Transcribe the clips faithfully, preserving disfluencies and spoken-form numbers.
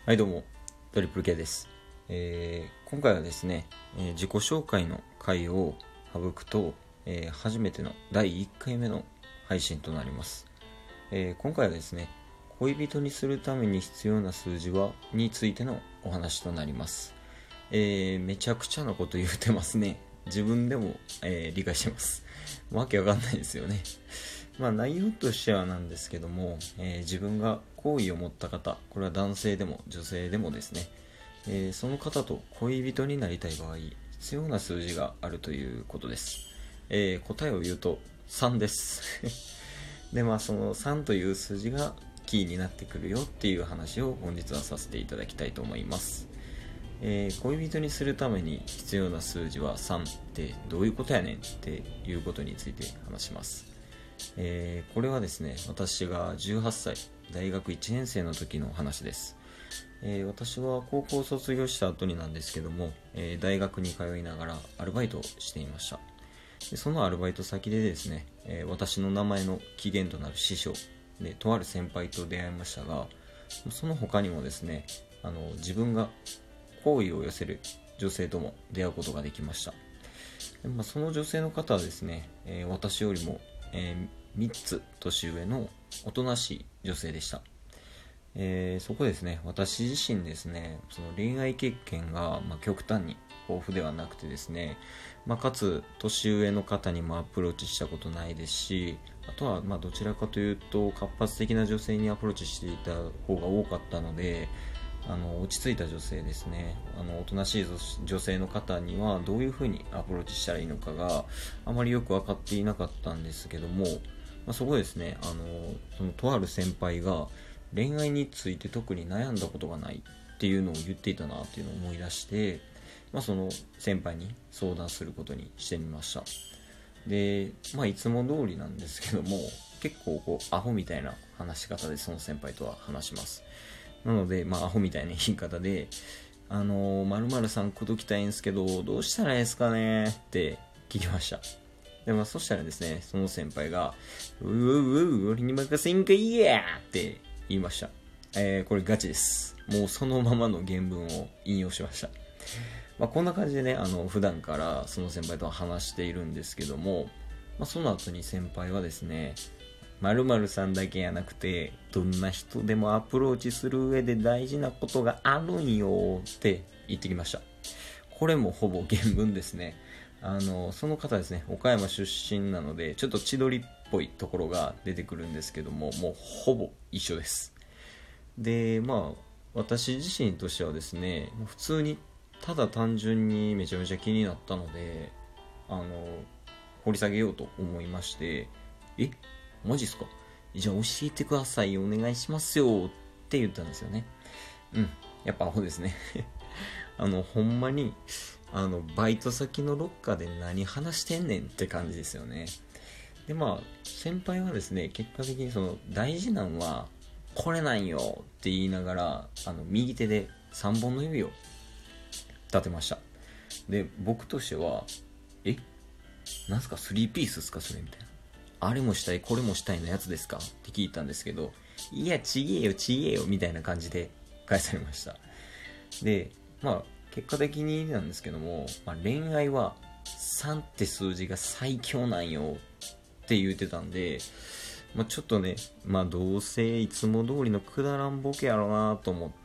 はいどうも、トリプル K です。えー今回はですね、えー自己紹介の回を省くと、えー初めてのだいいっかいめの配信となります。えー今回はですね、恋人にするために必要な数字はについてのお話となります。えーめちゃくちゃなこと言うてますね。自分でも、えー理解してます。わけわかんないですよね。まあ内容としてはなんですけども、えー自分が好意を持った方、これは男性でも女性でもですね、えーその方と恋人になりたい場合、必要な数字があるということです。えー答えを言うとさんです。で、まあそのさんという数字がキーになってくるよっていう話を本日はさせていただきたいと思います。えー恋人にするために必要な数字はさんってどういうことやねんっていうことについて話します。えーこれはですね、私がじゅうはっさい、大学いちねん生の時の話です。えー私は高校を卒業した後になんですけども、えー大学に通いながらアルバイトをしていました。でそのアルバイト先でですね、えー私の名前の起源となる師匠で、とある先輩と出会いましたが、その他にもですね、あの自分が好意を寄せる女性とも出会うことができました。でまあ、その女性の方はですね、えー私よりも、えーみっつ年上のおとなしい女性でした。えーそこですね、私自身ですね、その恋愛経験が、まあ、極端に豊富ではなくてですね、まあ、かつ年上の方にもアプローチしたことないですし、あとはまあどちらかというと活発的な女性にアプローチしていた方が多かったので、あの落ち着いた女性ですね、あのおとなしい女性の方にはどういうふうにアプローチしたらいいのかがあまりよく分かっていなかったんですけども、まあ、そこですね、あのそのとある先輩が恋愛について特に悩んだことがないっていうのを言っていたなっていうのを思い出して、まあ、その先輩に相談することにしてみました。で、まあ、いつも通りなんですけども、結構こうアホみたいな話し方でその先輩とは話します。なので、まあ、アホみたいな言い方で、あのー、〇〇さん口説きたいんですけど、どうしたらいいですかねって聞きました。で、まあ、そしたらですね、その先輩が、うううう、俺に任せんかいやって言いました。えー、これガチです。もうそのままの原文を引用しました。まあ、こんな感じでね、あの、普段からその先輩とは話しているんですけども、まあ、その後に先輩はですね、〇〇さんだけやなくて、どんな人でもアプローチする上で大事なことがあるんよって言ってきました。これもほぼ原文ですね。あの、その方ですね、岡山出身なので、ちょっと千鳥っぽいところが出てくるんですけども、もうほぼ一緒です。で、まあ、私自身としてはですね、普通にただ単純にめちゃめちゃ気になったので、あの、掘り下げようと思いまして、えマジっすか、じゃあ教えてください、お願いしますよって言ったんですよね。うん、やっぱアホですね。あの、ほんまに、あの、バイト先のロッカーで何話してんねんって感じですよね。で、まあ、先輩はですね、結果的にその、大事なんは、これなんよって言いながら、あの、右手でさんぼんの指を立てました。で、僕としては、えなんすか、スリーピースっすかそれみたいな。あれもしたいこれもしたいのやつですかって聞いたんですけど、いやちげえよちげえよみたいな感じで返されました。で、まあ結果的になんですけども、まあ、恋愛はさんって数字が最強なんよって言ってたんで、まあ、ちょっとね、まあどうせいつも通りのくだらんボケやろうなと思って、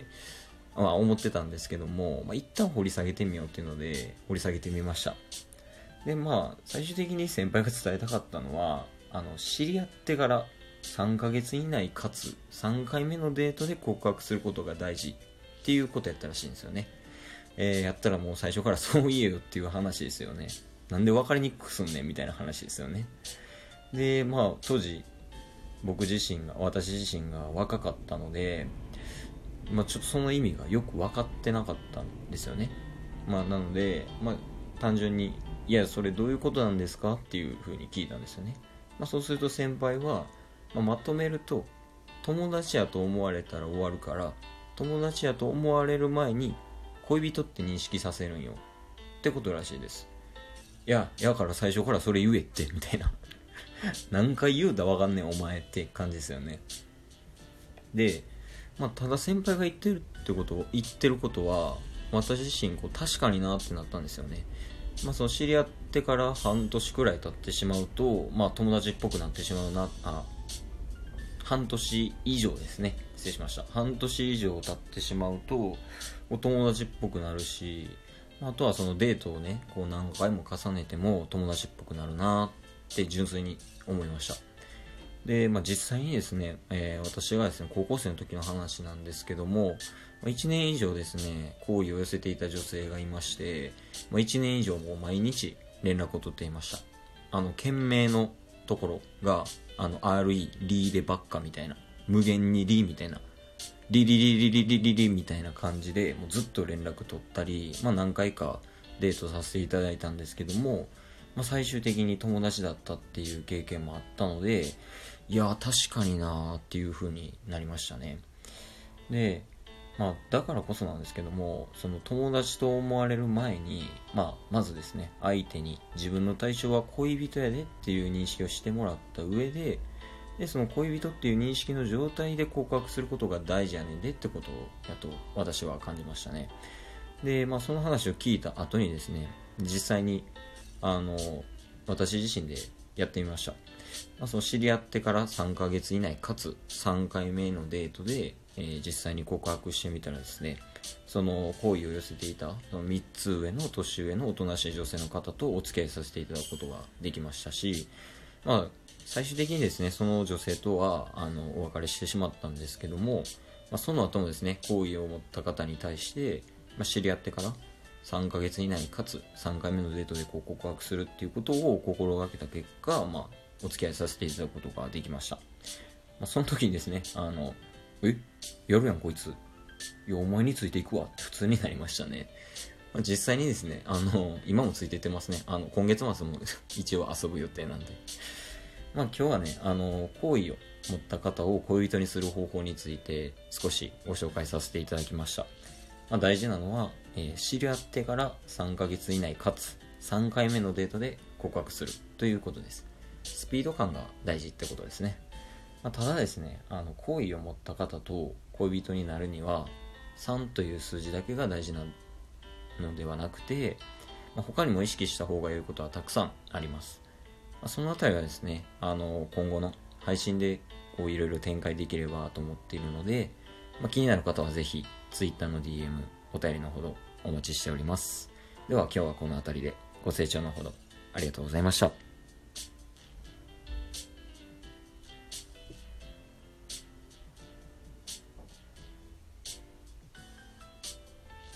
まあ、思ってたんですけども、まあ、一旦掘り下げてみようっていうので掘り下げてみました。で、まあ、最終的に先輩が伝えたかったのは、あの、知り合ってからさんかげつ以内かつさんかいめのデートで告白することが大事っていうことやったらしいんですよね。えー、やったらもう最初からそう言えよっていう話ですよね。なんで分かりにくくすんねんみたいな話ですよね。で、まあ、当時、僕自身が、私自身が若かったので、まあ、ちょっとその意味がよく分かってなかったんですよね。まあ、なので、まあ、単純に、いや、それどういうことなんですかっていうふうに聞いたんですよね。まあ、そうすると先輩は、まあ、まとめると、友達やと思われたら終わるから、友達やと思われる前に、恋人って認識させるんよ。ってことらしいです。いや、やから最初からそれ言えって、みたいな。何回言うたらわかんねん、お前って感じですよね。で、 まあ、ただ先輩が言ってるってことを言ってることは私自身こう確かになってなったんですよね。まあ、その知り合ってから半年くらい経ってしまうと、まあ、友達っぽくなってしまうなあ半年以上ですね、失礼しました。半年以上経ってしまうとお友達っぽくなるし、あとはそのデートをねこう何回も重ねても友達っぽくなるなって純粋に思いました。で、まあ、実際にですね、えー私がですね高校生の時の話なんですけども、まあいちねん以上ですね好意を寄せていた女性がいまして、まあ、いちねん以上もう毎日連絡を取っていました。あの件名のところがあの アールイー リーでばっかみたいな、無限にリーみたいな、リリリリリリリリみたいな感じでもうずっと連絡取ったり、まあ、何回かデートさせていただいたんですけども、まあ、最終的に友達だったっていう経験もあったので、いや確かになーっていう風になりましたね。で、まあ、だからこそなんですけども、その友達と思われる前に、まあ、まずですね相手に自分の対象は恋人やでっていう認識をしてもらった上で、でその恋人っていう認識の状態で告白することが大事やねんでってことやと私は感じましたね。で、まあ、その話を聞いた後にですね実際にあの私自身でやってみました。まあ、その知り合ってからさんかげつ以内かつさんかいめのデートで、えー実際に告白してみたらですね、その好意を寄せていたそのみっつ上の年上のおとなしい女性の方とお付き合いさせていただくことができましたし、まあ、最終的にですねその女性とはあのお別れしてしまったんですけども、まあ、その後もですね好意を持った方に対して、まあ、知り合ってからさんかげつ以内かつさんかいめのデートでこう告白するっていうことを心がけた結果、まあ、お付き合いさせていただくことができました。まあ、その時にですねあのえやるやんこいつ、いやお前についていくわって普通になりましたね。まあ、実際にですねあの今もついていってますね。あの今月末も一応遊ぶ予定なんで、まあ、今日はねあの好意を持った方を恋人にする方法について少しご紹介させていただきました。まあ、大事なのは、えー知り合ってからさんかげつ以内かつさんかいめのデートで告白するということです。スピード感が大事ってことですね。まあ、ただですねあの好意を持った方と恋人になるにはさんという数字だけが大事なのではなくて、まあ、他にも意識した方がいいことはたくさんあります。まあ、そのあたりはですねあの今後の配信でこういろいろ展開できればと思っているので、まあ、気になる方はぜひ Twitter の ディーエム お便りのほどお待ちしております。では今日はこのあたりでご清聴のほどありがとうございました。